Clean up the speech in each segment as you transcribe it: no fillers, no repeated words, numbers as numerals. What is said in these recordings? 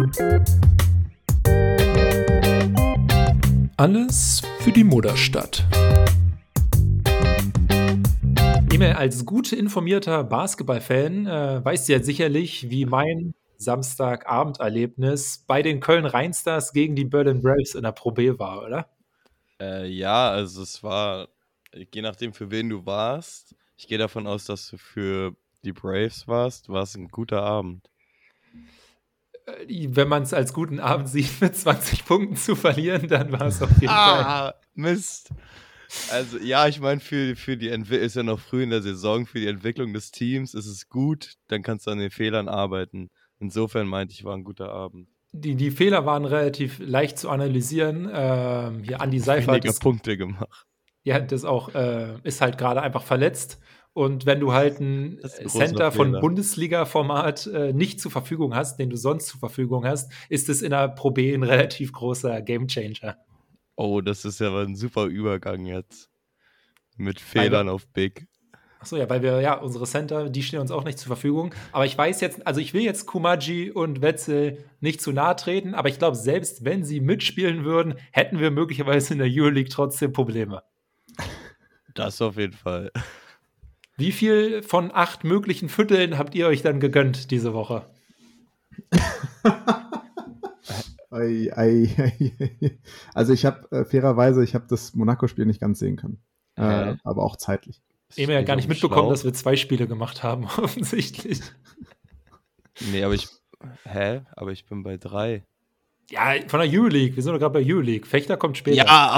Alles für die Mutterstadt. Emil, als gut informierter Basketballfan weißt du ja sicherlich, wie mein Samstagabenderlebnis bei den Köln Rheinstars gegen die Berlin Braves in der Pro B war, oder? Ja, also es war, je nachdem für wen du warst, ich gehe davon aus, dass du für die Braves warst, war es ein guter Abend. Wenn man es als guten Abend sieht, mit 20 Punkten zu verlieren, dann war es auf jeden Fall. Mist. Also ja, ich meine, für die ist ja noch früh in der Saison, für die Entwicklung des Teams ist es gut, dann kannst du an den Fehlern arbeiten. Insofern meinte ich, war ein guter Abend. Die Fehler waren relativ leicht zu analysieren. Hier Andi Seifert Weniger Punkte gemacht. Ja, das auch ist halt gerade einfach verletzt. Und wenn du halt einen Das ist ein großer Center von Fehler. Bundesliga-Format nicht zur Verfügung hast, den du sonst zur Verfügung hast, ist es in der Pro B ein relativ großer Gamechanger. Oh, das ist ja aber ein super Übergang jetzt. Mit Fehlern auf Big. Achso, ja, weil wir, unsere Center, die stehen uns auch nicht zur Verfügung. Aber ich weiß jetzt, also ich will jetzt Kumaji und Wetzel nicht zu nahe treten, aber ich glaube, selbst wenn sie mitspielen würden, hätten wir möglicherweise in der Euroleague trotzdem Probleme. Das auf jeden Fall. Wie viel von 8 möglichen Vierteln habt ihr euch dann gegönnt diese Woche? Also ich habe fairerweise, das Monaco-Spiel nicht ganz sehen können. Aber auch zeitlich. Ich habe ja gar nicht mitbekommen, dass wir 2 Spiele gemacht haben, offensichtlich. Nee, aber ich bin bei 3. Ja, von der Euroleague. Wir sind doch gerade bei Euroleague. Fechter kommt später. Ja,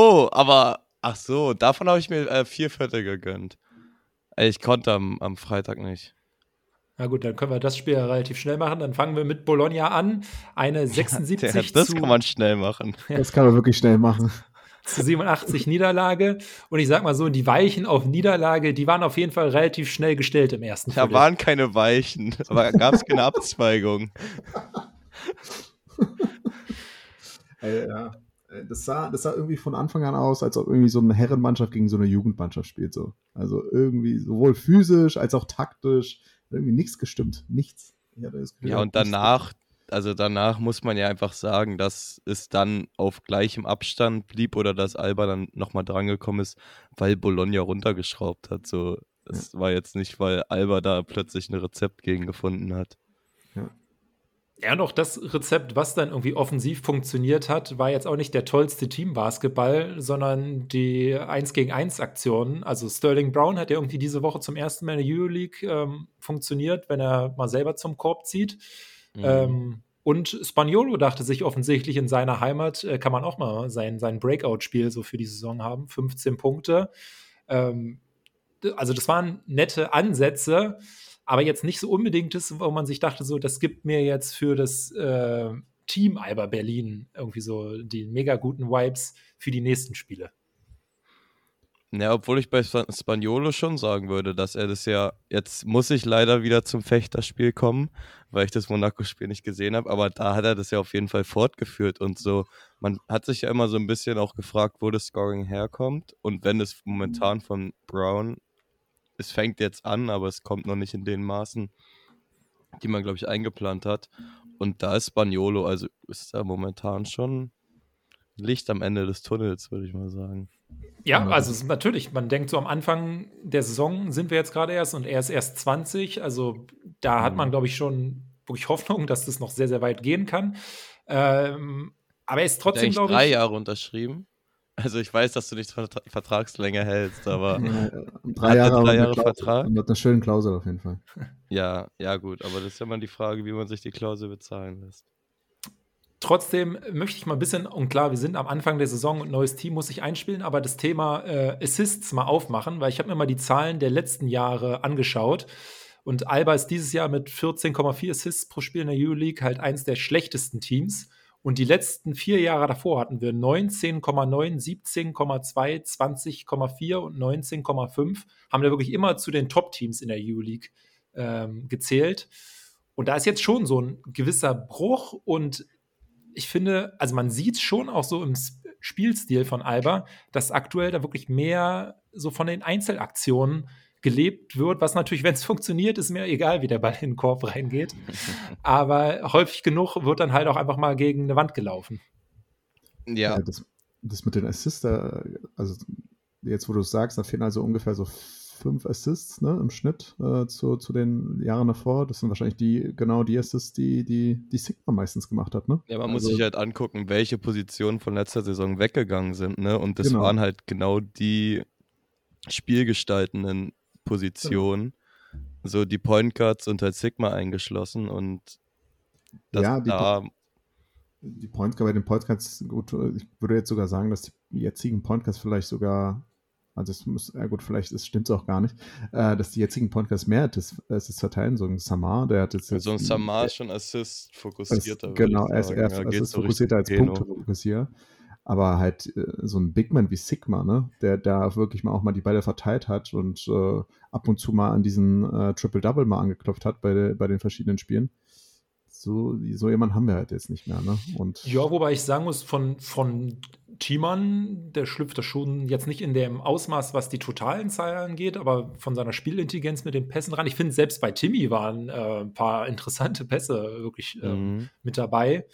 davon habe ich mir 4 Viertel gegönnt. Ich konnte am Freitag nicht. Na gut, dann können wir das Spiel relativ schnell machen. Dann fangen wir mit Bologna an. Eine 76 das kann man schnell machen. Das kann man wirklich schnell machen. Zu 87 Niederlage. Und ich sag mal so, die Weichen auf Niederlage, die waren auf jeden Fall relativ schnell gestellt im ersten Viertel. Da waren keine Weichen, aber gab es keine Abzweigung. Ja. Das sah irgendwie von Anfang an aus, als ob irgendwie so eine Herrenmannschaft gegen so eine Jugendmannschaft spielt. So. Also irgendwie sowohl physisch als auch taktisch. Irgendwie nichts gestimmt. Nichts. Ja, und danach muss man ja einfach sagen, dass es dann auf gleichem Abstand blieb oder dass Alba dann nochmal drangekommen ist, weil Bologna runtergeschraubt hat. So, das war jetzt nicht, weil Alba da plötzlich ein Rezept gegen gefunden hat. Ja, und auch das Rezept, was dann irgendwie offensiv funktioniert hat, war jetzt auch nicht der tollste Teambasketball, sondern die 1-gegen-1-Aktionen. Also Sterling Brown hat ja irgendwie diese Woche zum ersten Mal in der Euroleague funktioniert, wenn er mal selber zum Korb zieht. Und Spaniolo dachte sich offensichtlich, in seiner Heimat kann man auch mal sein Breakout-Spiel so für die Saison haben. 15 Punkte. Also das waren nette Ansätze, aber jetzt nicht so unbedingt das, wo man sich dachte, so, das gibt mir jetzt für das Team Alba Berlin irgendwie so die mega guten Vibes für die nächsten Spiele. Ja, obwohl ich bei Spaniolo schon sagen würde, dass er das ja, jetzt muss ich leider wieder zum Fechterspiel kommen, weil ich das Monaco-Spiel nicht gesehen habe, aber da hat er das ja auf jeden Fall fortgeführt und so. Man hat sich ja immer so ein bisschen auch gefragt, wo das Scoring herkommt, und wenn es momentan von Brown, es fängt jetzt an, aber es kommt noch nicht in den Maßen, die man, glaube ich, eingeplant hat, und da ist Spaniolo, also ist da momentan schon Licht am Ende des Tunnels, würde ich mal sagen. Ja, also natürlich, man denkt so am Anfang der Saison sind wir jetzt gerade erst und er ist erst 20, also da hat man, glaube ich, schon wirklich Hoffnung, dass das noch sehr, sehr weit gehen kann. Aber er ist trotzdem, glaube ich... 3 Jahre unterschrieben. Also ich weiß, dass du nicht Vertragslänge hältst, aber 3 Jahre Vertrag. Mit einer schönen Klausel auf jeden Fall. Ja, gut, aber das ist ja mal die Frage, wie man sich die Klausel bezahlen lässt. Trotzdem möchte ich mal ein bisschen, und klar, wir sind am Anfang der Saison und neues Team muss sich einspielen, aber das Thema Assists mal aufmachen, weil ich habe mir mal die Zahlen der letzten Jahre angeschaut und Alba ist dieses Jahr mit 14,4 Assists pro Spiel in der Euroleague halt eins der schlechtesten Teams. Und die letzten 4 Jahre davor hatten wir 19,9, 17,2, 20,4 und 19,5. Haben da wirklich immer zu den Top-Teams in der Euroleague gezählt. Und da ist jetzt schon so ein gewisser Bruch und ich finde, also man sieht schon auch so im Spielstil von Alba, dass aktuell da wirklich mehr so von den Einzelaktionen gelebt wird, was natürlich, wenn es funktioniert, ist mir egal, wie der Ball in den Korb reingeht. Aber häufig genug wird dann halt auch einfach mal gegen eine Wand gelaufen. Ja. Das mit den Assists, also jetzt, wo du es sagst, da fehlen also ungefähr so 5 Assists, ne, im Schnitt zu den Jahren davor. Das sind wahrscheinlich die Assists, die Sigma meistens gemacht hat, ne? Ja, man muss sich halt angucken, welche Positionen von letzter Saison weggegangen sind, ne? Und das Genau. waren halt genau die spielgestaltenden Positionen. So die Point Guards und halt Sigma eingeschlossen und das die Point Guard bei den Point Guards, gut, ich würde jetzt sogar sagen, dass die jetzigen Point Guards vielleicht sogar, also vielleicht stimmt es auch gar nicht, dass die jetzigen Point Guards mehr Assists verteilen, so ein Samar, der hat jetzt so ein Samar ist schon Assist fokussierter. Genau, er ist Assist fokussierter als Punkte fokussierter. Aber halt so ein Big Man wie Sigma, ne, der da wirklich auch mal die Bälle verteilt hat und ab und zu mal an diesen Triple-Double mal angeklopft hat bei den verschiedenen Spielen. So jemanden haben wir halt jetzt nicht mehr, ne? Und ja, wobei ich sagen muss, von Thiemann, der schlüpft da schon jetzt nicht in dem Ausmaß, was die totalen Zahlen angeht, aber von seiner Spielintelligenz mit den Pässen ran. Ich finde, selbst bei Timmy waren ein paar interessante Pässe wirklich mit dabei.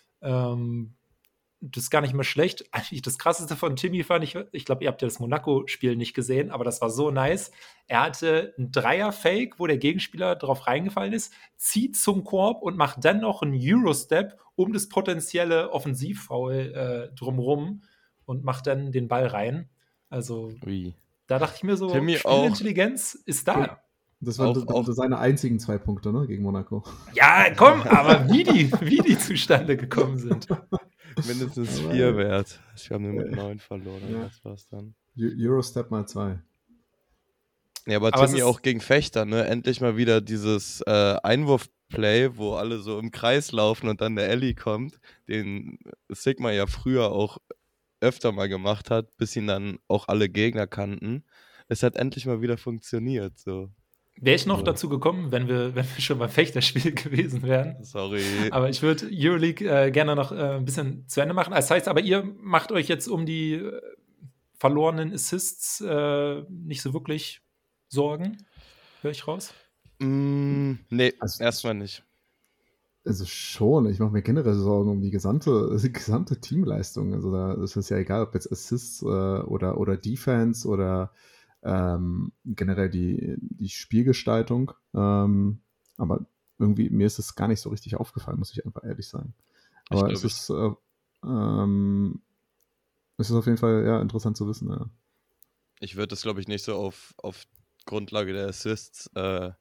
Das ist gar nicht mehr schlecht. Eigentlich das Krasseste von Timmy fand ich glaube, ihr habt ja das Monaco-Spiel nicht gesehen, aber das war so nice. Er hatte einen Dreier-Fake, wo der Gegenspieler drauf reingefallen ist, zieht zum Korb und macht dann noch einen Eurostep um das potenzielle Offensivfoul drumrum und macht dann den Ball rein. Also da dachte ich mir so, Timmy Spielintelligenz ist da. Das waren seine einzigen 2 Punkte, ne, gegen Monaco. Ja, komm, aber wie die zustande gekommen sind. Mindestens 4 wert. Wir haben nur mit 9 verloren. Ja. Das war's dann. Eurostep mal 2. Ja, aber Timmy auch gegen Fechter, ne? Endlich mal wieder dieses Einwurfplay, wo alle so im Kreis laufen und dann der Ellie kommt, den Sigma ja früher auch öfter mal gemacht hat, bis ihn dann auch alle Gegner kannten. Es hat endlich mal wieder funktioniert, so. Wäre ich noch dazu gekommen, wenn wir schon beim Fechterspiel gewesen wären. Sorry. Aber ich würde Euroleague gerne noch ein bisschen zu Ende machen. Das heißt aber, ihr macht euch jetzt um die verlorenen Assists nicht so wirklich Sorgen? Höre ich raus? Nee, erstmal nicht. Also schon, ich mache mir generell Sorgen um die gesamte Teamleistung. Also da ist es ja egal, ob jetzt Assists oder Defense oder generell die Spielgestaltung. Aber irgendwie, mir ist es gar nicht so richtig aufgefallen, muss ich einfach ehrlich sagen. Aber es ist auf jeden Fall ja, interessant zu wissen. Ja. Ich würde das, glaube ich, nicht so auf Grundlage der Assists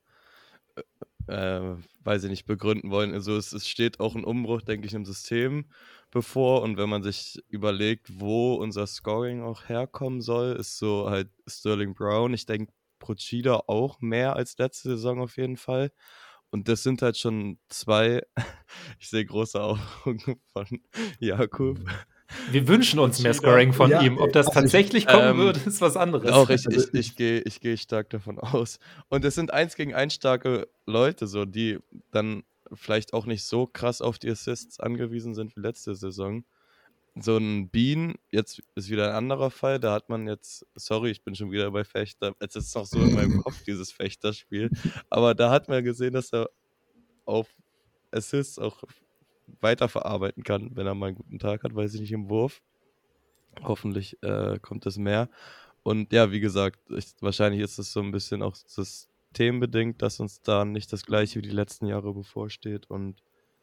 weiß ich nicht, begründen wollen. Also es steht auch ein Umbruch, denke ich, im System bevor, und wenn man sich überlegt, wo unser Scoring auch herkommen soll, ist so halt Sterling Brown. Ich denke, Procida auch mehr als letzte Saison auf jeden Fall. Und das sind halt schon 2, ich sehe große Augen von Jakub. Wir wünschen uns mehr Scoring von ihm. Ob das tatsächlich kommen würde, ist was anderes. Auch ich gehe stark davon aus. Und es sind 1 gegen 1 starke Leute, so, die dann vielleicht auch nicht so krass auf die Assists angewiesen sind wie letzte Saison. So ein Bean, jetzt ist wieder ein anderer Fall, da hat man jetzt, sorry, ich bin schon wieder bei Fechter, jetzt ist es noch so in meinem Kopf, dieses Fechterspiel, aber da hat man gesehen, dass er auf Assists auch weiterverarbeiten kann, wenn er mal einen guten Tag hat, weiß ich nicht, im Wurf. Hoffentlich kommt es mehr. Und ja, wie gesagt, wahrscheinlich ist es so ein bisschen auch systembedingt, dass uns da nicht das Gleiche wie die letzten Jahre bevorsteht. Und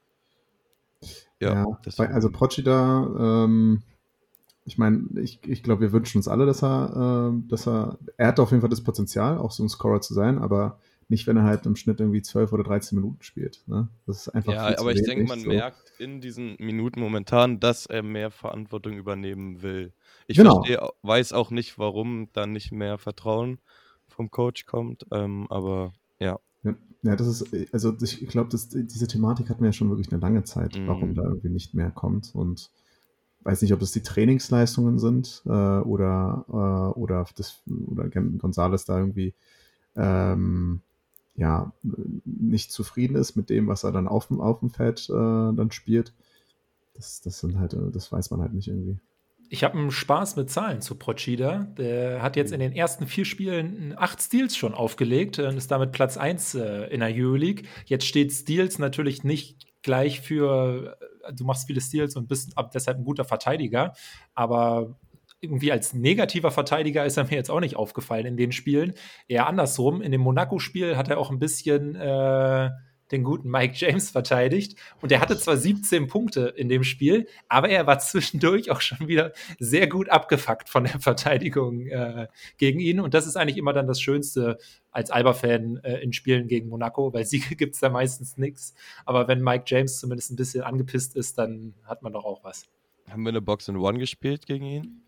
ja also Procida, ich meine, ich glaube, wir wünschen uns alle, dass er hat auf jeden Fall das Potenzial, auch so ein Scorer zu sein, aber nicht, wenn er halt im Schnitt irgendwie 12 oder 13 Minuten spielt. Ne? Das ist einfach viel zu aber ich wenig, denke, man merkt in diesen Minuten momentan, dass er mehr Verantwortung übernehmen will. Ich weiß auch nicht, warum da nicht mehr Vertrauen vom Coach kommt, aber ja. Ja, das ist, also ich glaube, diese Thematik hatten wir ja schon wirklich eine lange Zeit, warum da irgendwie nicht mehr kommt, und weiß nicht, ob es die Trainingsleistungen sind oder González da irgendwie nicht zufrieden ist mit dem, was er dann auf dem Feld dann spielt. Das sind halt, das weiß man halt nicht irgendwie. Ich habe einen Spaß mit Zahlen zu Procida. Der hat jetzt in den ersten 4 Spielen 8 Steals schon aufgelegt und ist damit Platz 1 in der Euroleague. Jetzt steht Steals natürlich nicht gleich für, du machst viele Steals und bist deshalb ein guter Verteidiger, aber irgendwie als negativer Verteidiger ist er mir jetzt auch nicht aufgefallen in den Spielen. Eher andersrum. In dem Monaco-Spiel hat er auch ein bisschen den guten Mike James verteidigt. Und er hatte zwar 17 Punkte in dem Spiel, aber er war zwischendurch auch schon wieder sehr gut abgefuckt von der Verteidigung gegen ihn. Und das ist eigentlich immer dann das Schönste als Alba-Fan in Spielen gegen Monaco, weil Siege gibt es da meistens nichts. Aber wenn Mike James zumindest ein bisschen angepisst ist, dann hat man doch auch was. Haben wir eine Box-and-One gespielt gegen ihn?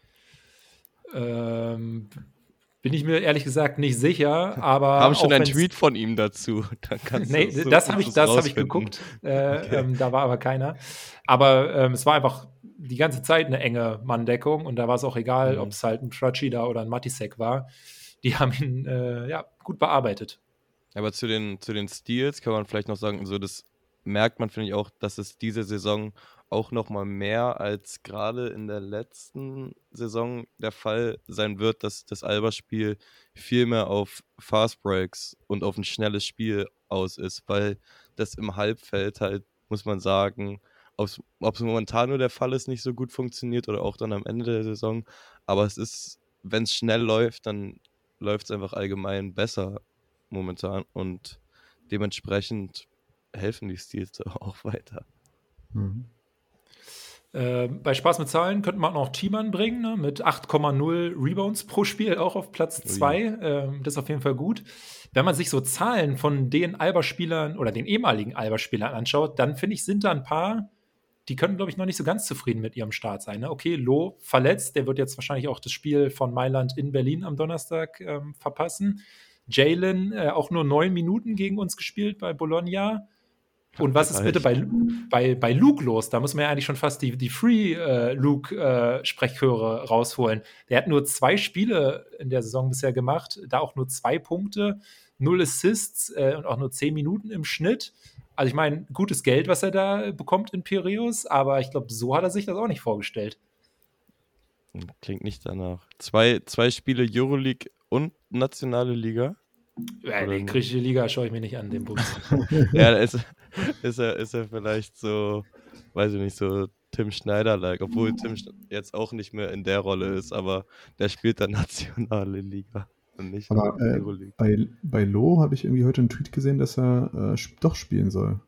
Bin ich mir ehrlich gesagt nicht sicher, aber haben schon einen Tweet von ihm dazu. Dann kannst nee, das habe ich geguckt. Okay. Da war aber keiner. Aber es war einfach die ganze Zeit eine enge Manndeckung und da war es auch egal, ob es halt ein Procida oder ein Matisek war. Die haben ihn gut bearbeitet. Aber zu den Steals kann man vielleicht noch sagen, so das merkt man, finde ich auch, dass es diese Saison auch noch mal mehr als gerade in der letzten Saison der Fall sein wird, dass das Alba-Spiel viel mehr auf Fast Breaks und auf ein schnelles Spiel aus ist, weil das im Halbfeld halt, muss man sagen, ob es momentan nur der Fall ist, nicht so gut funktioniert oder auch dann am Ende der Saison, aber es ist, wenn es schnell läuft, dann läuft es einfach allgemein besser momentan und dementsprechend helfen die Steals auch weiter. Mhm. Bei Spaß mit Zahlen könnte man auch Thiemann bringen, ne? Mit 8,0 Rebounds pro Spiel, auch auf Platz 2. Das ist auf jeden Fall gut. Wenn man sich so Zahlen von den Alba-Spielern oder den ehemaligen Alba-Spielern anschaut, dann finde ich, sind da ein paar, die können, glaube ich, noch nicht so ganz zufrieden mit ihrem Start sein. Ne? Okay, Loh verletzt, der wird jetzt wahrscheinlich auch das Spiel von Mailand in Berlin am Donnerstag verpassen. Jalen auch nur 9 Minuten gegen uns gespielt bei Bologna. Und was ist bitte bei Luke los? Da muss man ja eigentlich schon fast die Free-Luke-Sprechchöre rausholen. Der hat nur 2 Spiele in der Saison bisher gemacht, da auch nur 2 Punkte, 0 Assists und auch nur 10 Minuten im Schnitt. Also ich meine, gutes Geld, was er da bekommt in Piraeus, aber ich glaube, so hat er sich das auch nicht vorgestellt. Klingt nicht danach. 2 Spiele Euroleague und nationale Liga? Die griechische Liga schaue ich mir nicht an, den Bums. Ja, da ist er vielleicht so, weiß ich nicht, so Tim Schneider-like, obwohl Tim jetzt auch nicht mehr in der Rolle ist, aber der spielt dann nationale Liga und nicht Euroleague. Bei Loh habe ich irgendwie heute einen Tweet gesehen, dass er doch spielen soll.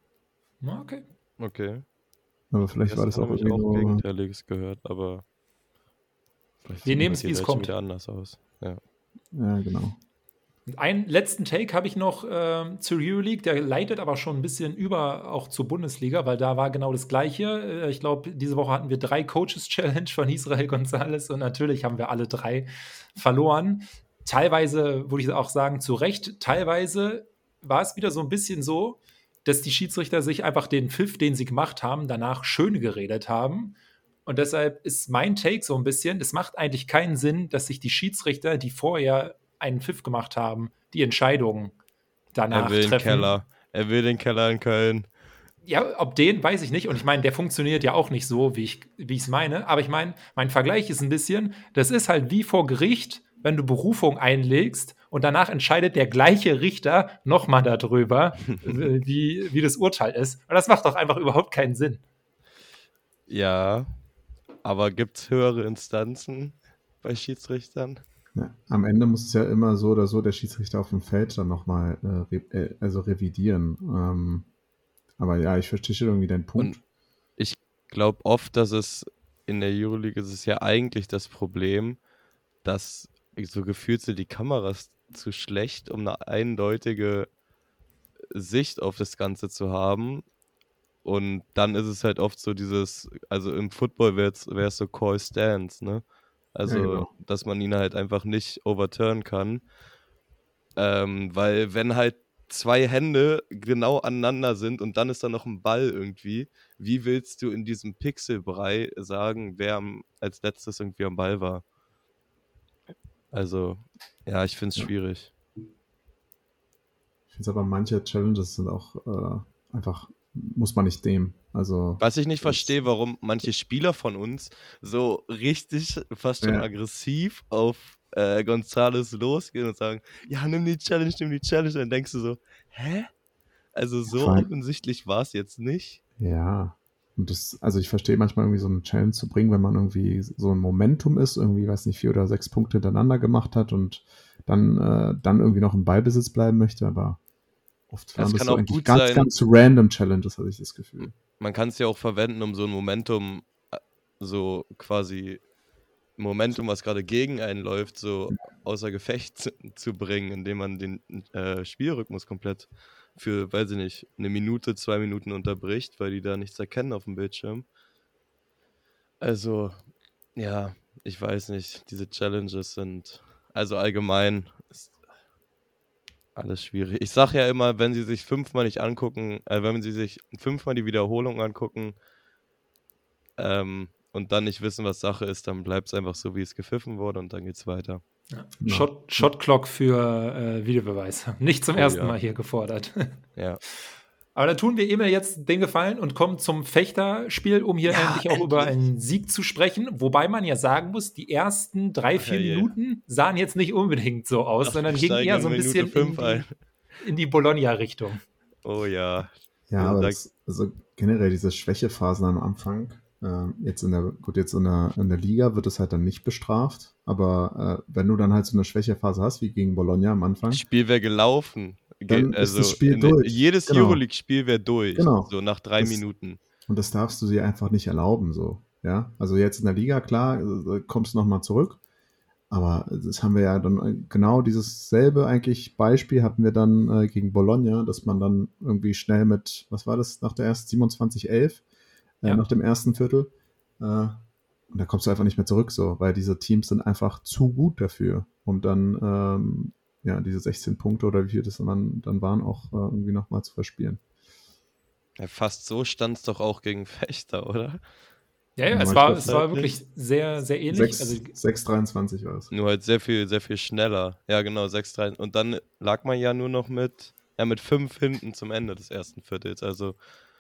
Okay. Aber vielleicht war das auch irgendwie auch Gegenteiliges gehört, aber wir nehmen es, wie es kommt. Wieder anders aus. Ja, genau. Einen letzten Take habe ich noch zur Euroleague, der leitet aber schon ein bisschen über auch zur Bundesliga, weil da war genau das Gleiche. Ich glaube, diese Woche hatten wir 3 Coaches-Challenge von Israel Gonzalez und natürlich haben wir alle 3 verloren. Teilweise, würde ich auch sagen, zu Recht. Teilweise war es wieder so ein bisschen so, dass die Schiedsrichter sich einfach den Pfiff, den sie gemacht haben, danach schön geredet haben. Und deshalb ist mein Take so ein bisschen, es macht eigentlich keinen Sinn, dass sich die Schiedsrichter, die vorher einen Pfiff gemacht haben, die Entscheidungen danach treffen. Er will den Keller in Köln. Ja, ob den, weiß ich nicht. Und ich meine, der funktioniert ja auch nicht so, wie ich es meine. Aber ich meine, mein Vergleich ist ein bisschen, das ist halt wie vor Gericht, wenn du Berufung einlegst und danach entscheidet der gleiche Richter nochmal darüber, wie das Urteil ist. Und das macht doch einfach überhaupt keinen Sinn. Ja, aber gibt es höhere Instanzen bei Schiedsrichtern? Ja, am Ende muss es ja immer so oder so der Schiedsrichter auf dem Feld dann nochmal revidieren. Aber ja, ich verstehe schon irgendwie deinen Punkt. Und ich glaube oft, dass es in der Euroleague ist es ja eigentlich das Problem, dass so gefühlt sind die Kameras zu schlecht, um eine eindeutige Sicht auf das Ganze zu haben. Und dann ist es halt oft so dieses, also im Football wäre es so Call Stance, ne? Also, ja, genau, dass man ihn halt einfach nicht overturnen kann. Weil wenn halt 2 Hände genau aneinander sind und dann ist da noch ein Ball irgendwie, wie willst du in diesem Pixelbrei sagen, wer als letztes irgendwie am Ball war? Also, ja, ich finde es schwierig. Ich finde es aber, manche Challenges sind auch einfach muss man nicht nehmen. Also, Was ich nicht verstehe, warum manche Spieler von uns so richtig, fast schon Ja. aggressiv auf Gonzales losgehen und sagen, ja, nimm die Challenge. Dann denkst du so, hä? Also so Vor allem- offensichtlich war es jetzt nicht. Ja. Und also ich verstehe manchmal irgendwie so eine Challenge zu bringen, wenn man irgendwie so ein Momentum ist, irgendwie, weiß nicht, 4 oder 6 Punkte hintereinander gemacht hat und dann irgendwie noch im Ballbesitz bleiben möchte, aber oft Es waren das kann so auch eigentlich gut ganz, sein. ganz random Challenges, habe ich das Gefühl. Man kann es ja auch verwenden, um so ein Momentum, so quasi Momentum, was gerade gegen einen läuft, so außer Gefecht zu bringen, indem man den Spielrhythmus komplett für, weiß ich nicht, 1 Minute, 2 Minuten unterbricht, weil die da nichts erkennen auf dem Bildschirm. Also, ja, ich weiß nicht, diese Challenges sind, also allgemein ist alles schwierig. Ich sag ja immer, wenn sie sich 5-mal nicht angucken, wenn sie sich 5-mal die Wiederholung angucken, und dann nicht wissen, was Sache ist, dann bleibt es einfach so, wie es gepfiffen wurde und dann geht's weiter. Ja. Ja. Shot-Clock für Videobeweis. Nicht zum ersten ja. Mal hier gefordert. Ja. Aber dann tun wir Emil jetzt den Gefallen und kommen zum Fechterspiel, um hier Ja, endlich auch über endlich. einen Sieg zu sprechen. Wobei man ja sagen muss, die ersten 3-4 ja. Minuten sahen jetzt nicht unbedingt so aus, Ach, sondern wir gingen steigen eher so ein in Minute bisschen 5 in die Bologna-Richtung. Oh ja. Ja, Also aber da- also generell diese Schwächephasen am Anfang, jetzt in der Liga wird es halt dann nicht bestraft, aber wenn du dann halt so eine Schwächephase hast, wie gegen Bologna am Anfang, Das Spiel wäre gelaufen. Dann ist das Spiel durch. Jedes Genau. Euroleague-Spiel wäre durch. Genau. So nach 3 Das- Minuten. und das darfst du dir einfach nicht erlauben, so. Ja, also jetzt in der Liga, klar, kommst du nochmal zurück, aber das haben wir ja dann genau dieses selbe eigentlich Beispiel hatten wir dann gegen Bologna, dass man dann irgendwie schnell mit, was war das, nach der ersten 27-11, Ja. nach dem ersten Viertel, und da kommst du einfach nicht mehr zurück, so, weil diese Teams sind einfach zu gut dafür, um dann diese 16 Punkte oder wie viel das dann waren, auch irgendwie nochmal zu verspielen. Ja, fast so stand es doch auch gegen Fechter, oder? Ja, Ja, es ich war, glaub, es war wirklich sehr, sehr ähnlich. 6:23 war es. Nur halt sehr viel schneller. Ja, genau, 6-3. Und dann lag man ja nur noch mit 5 hinten zum Ende des ersten Viertels. Also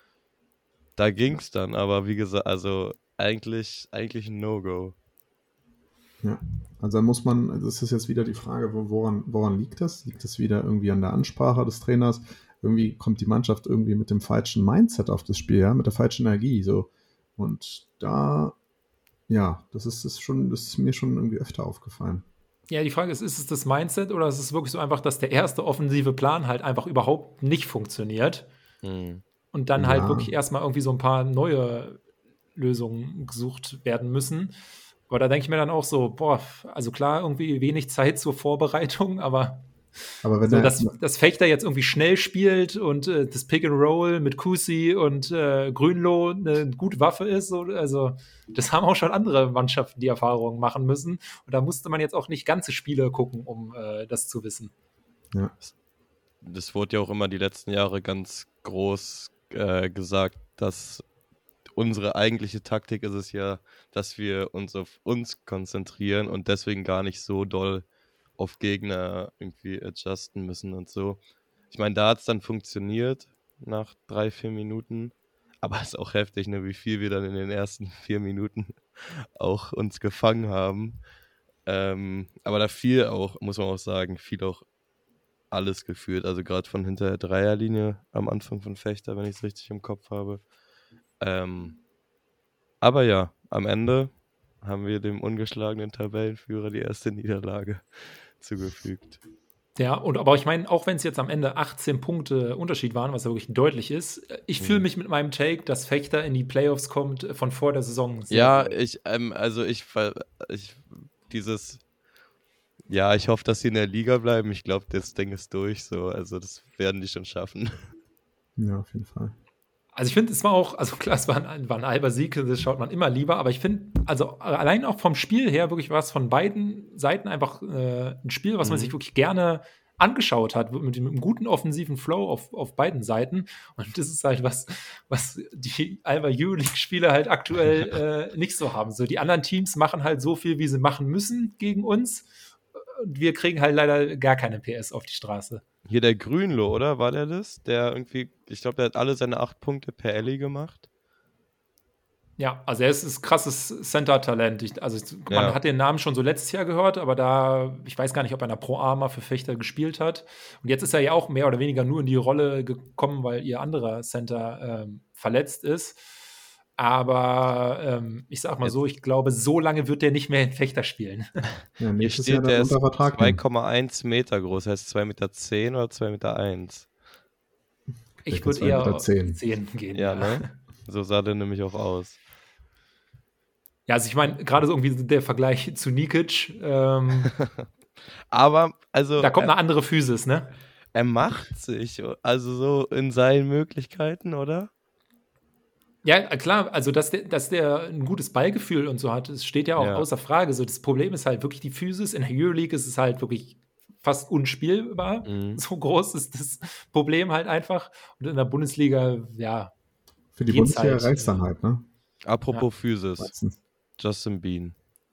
da ging's dann, aber wie gesagt, also eigentlich ein No-Go. Ja, also da muss man, das ist jetzt wieder die Frage, woran liegt das? Liegt das wieder irgendwie an der Ansprache des Trainers? Irgendwie kommt die Mannschaft irgendwie mit dem falschen Mindset auf das Spiel, ja, mit der falschen Energie, so. Und da, ja, das ist mir schon irgendwie öfter aufgefallen. Ja, die Frage ist es das Mindset oder ist es wirklich so einfach, dass der erste offensive Plan halt einfach überhaupt nicht funktioniert Hm. und dann halt Ja. wirklich erstmal irgendwie so ein paar neue Lösungen gesucht werden müssen. Aber da denke ich mir dann auch so, boah, also klar, irgendwie wenig Zeit zur Vorbereitung, aber Aber wenn so, der, dass Fechter jetzt irgendwie schnell spielt und das Pick and Roll mit Kusi und Grünloh eine gute Waffe ist, so, also das haben auch schon andere Mannschaften die Erfahrungen machen müssen. Und da musste man jetzt auch nicht ganze Spiele gucken, um das zu wissen. ja, Das wurde ja auch immer die letzten Jahre ganz groß gesagt, dass unsere eigentliche Taktik ist es ja, dass wir uns auf uns konzentrieren und deswegen gar nicht so doll auf Gegner irgendwie adjusten müssen und so. Ich meine, da hat es dann funktioniert nach 3-4 Minuten, aber es ist auch heftig, ne, wie viel wir dann in den ersten 4 Minuten auch uns gefangen haben. Aber da fiel auch, muss man auch sagen, fiel auch alles gefühlt. Also gerade von hinter der Dreierlinie am Anfang von Fechter, wenn ich es richtig im Kopf habe. Aber ja, am Ende haben wir dem ungeschlagenen Tabellenführer die erste Niederlage zugefügt. Ja, aber ich meine, auch wenn es jetzt am Ende 18 Punkte Unterschied waren, was ja wirklich deutlich ist, ich fühle mich mit meinem Take, dass Fechter in die Playoffs kommt, von vor der Saison. Sehr Ja, wohl. ich hoffe, dass sie in der Liga bleiben. Ich glaube, das Ding ist durch so. Also das werden die schon schaffen. ja, auf jeden Fall. Also ich finde, es war auch, also klar, es war ein halber Sieg, das schaut man immer lieber, aber ich finde, also allein auch vom Spiel her wirklich war es von beiden Seiten einfach ein Spiel, was man sich wirklich gerne angeschaut hat, mit einem guten offensiven Flow auf beiden Seiten. Und das ist halt was die Alba Euroleague-Spieler halt aktuell nicht so haben. So, die anderen Teams machen halt so viel, wie sie machen müssen gegen uns. wir kriegen halt leider gar keine PS auf die Straße. Hier der Grünlo, oder? War der das? Der irgendwie, ich glaube, der hat alle seine 8 Punkte per Ellie gemacht. Ja, also er ist krasses Center-Talent. Man hat den Namen schon so letztes Jahr gehört, aber ich weiß gar nicht, ob er in der Pro A mal für Fechter gespielt hat. Und jetzt ist er ja auch mehr oder weniger nur in die Rolle gekommen, weil ihr anderer Center verletzt ist. Aber ich sag mal so, ich glaube, so lange wird der nicht mehr in Fechter spielen. Ja, Hier steht, der ist 2,1 Meter groß, heißt 2,10 Meter oder 2,1 Meter. Ich würde eher 10 gehen. Ja, ne? So sah der nämlich auch aus. Ja, also ich meine, gerade so irgendwie der Vergleich zu Nikic. Aber, also. Da kommt eine andere Physis, ne? Er macht sich, also so in seinen Möglichkeiten, oder? Ja, klar, also dass der ein gutes Ballgefühl und so hat, das steht ja auch außer Frage. So, das Problem ist halt wirklich die Physis. In der Euroleague ist es halt wirklich fast unspielbar. So groß ist das Problem halt einfach. Und in der Bundesliga, ja. Für die Bundesliga halt, reicht es dann halt, ne? Apropos Physis. Meistens. Justin Bean.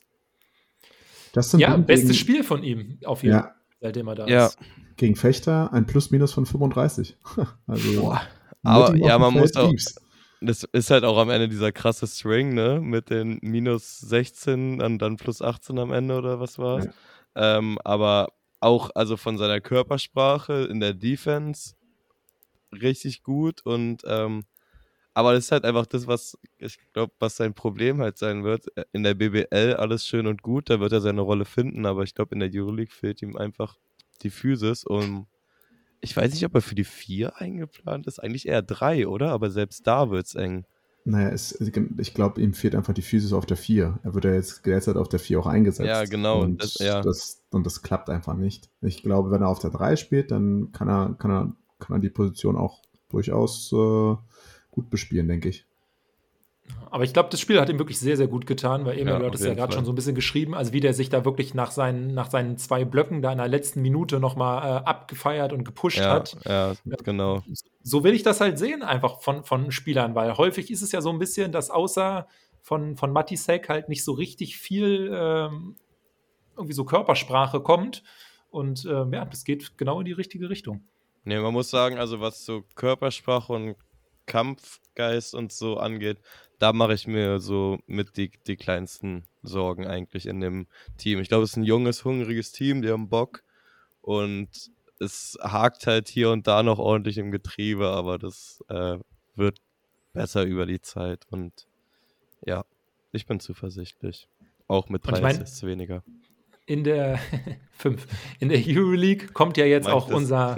Bestes Spiel von ihm auf jeden Fall, seitdem er da ist. Gegen Fechter ein Plus-Minus von 35. Also, aber ja, man muss auch. Das ist halt auch am Ende dieser krasse String, ne? Mit den minus 16 und dann plus 18 am Ende oder was war's. Ja. Aber auch also von seiner Körpersprache in der Defense richtig gut und aber das ist halt einfach das, was ich glaube, was sein Problem halt sein wird. In der BBL alles schön und gut, da wird er seine Rolle finden, aber ich glaube, in der Euroleague fehlt ihm einfach die Physis und ich weiß nicht, ob er für die 4 eingeplant ist. Eigentlich eher 3, oder? Aber selbst da wird's eng. Naja, ich glaube, ihm fehlt einfach die Physis auf der 4. Er wird ja jetzt derzeit auf der 4 auch eingesetzt. Ja, genau. Und das klappt einfach nicht. Ich glaube, wenn er auf der 3 spielt, dann kann er die Position auch durchaus gut bespielen, denke ich. Aber ich glaube, das Spiel hat ihm wirklich sehr, sehr gut getan, weil Emil hat es ja gerade schon so ein bisschen geschrieben, also wie der sich da wirklich nach seinen 2 Blöcken da in der letzten Minute nochmal abgefeiert und gepusht hat. Ja, genau. So will ich das halt sehen, einfach von Spielern, weil häufig ist es ja so ein bisschen, dass außer von Matisek halt nicht so richtig viel irgendwie so Körpersprache kommt. Und das geht genau in die richtige Richtung. Nee, man muss sagen, also was so Körpersprache und Kampfgeist und so angeht, da mache ich mir so mit die kleinsten Sorgen eigentlich in dem Team. Ich glaube, es ist ein junges, hungriges Team, die haben Bock und es hakt halt hier und da noch ordentlich im Getriebe, aber das wird besser über die Zeit und ja, ich bin zuversichtlich. Auch mit 3 Assists weniger. In der 5. In der Euroleague kommt ja jetzt auch unser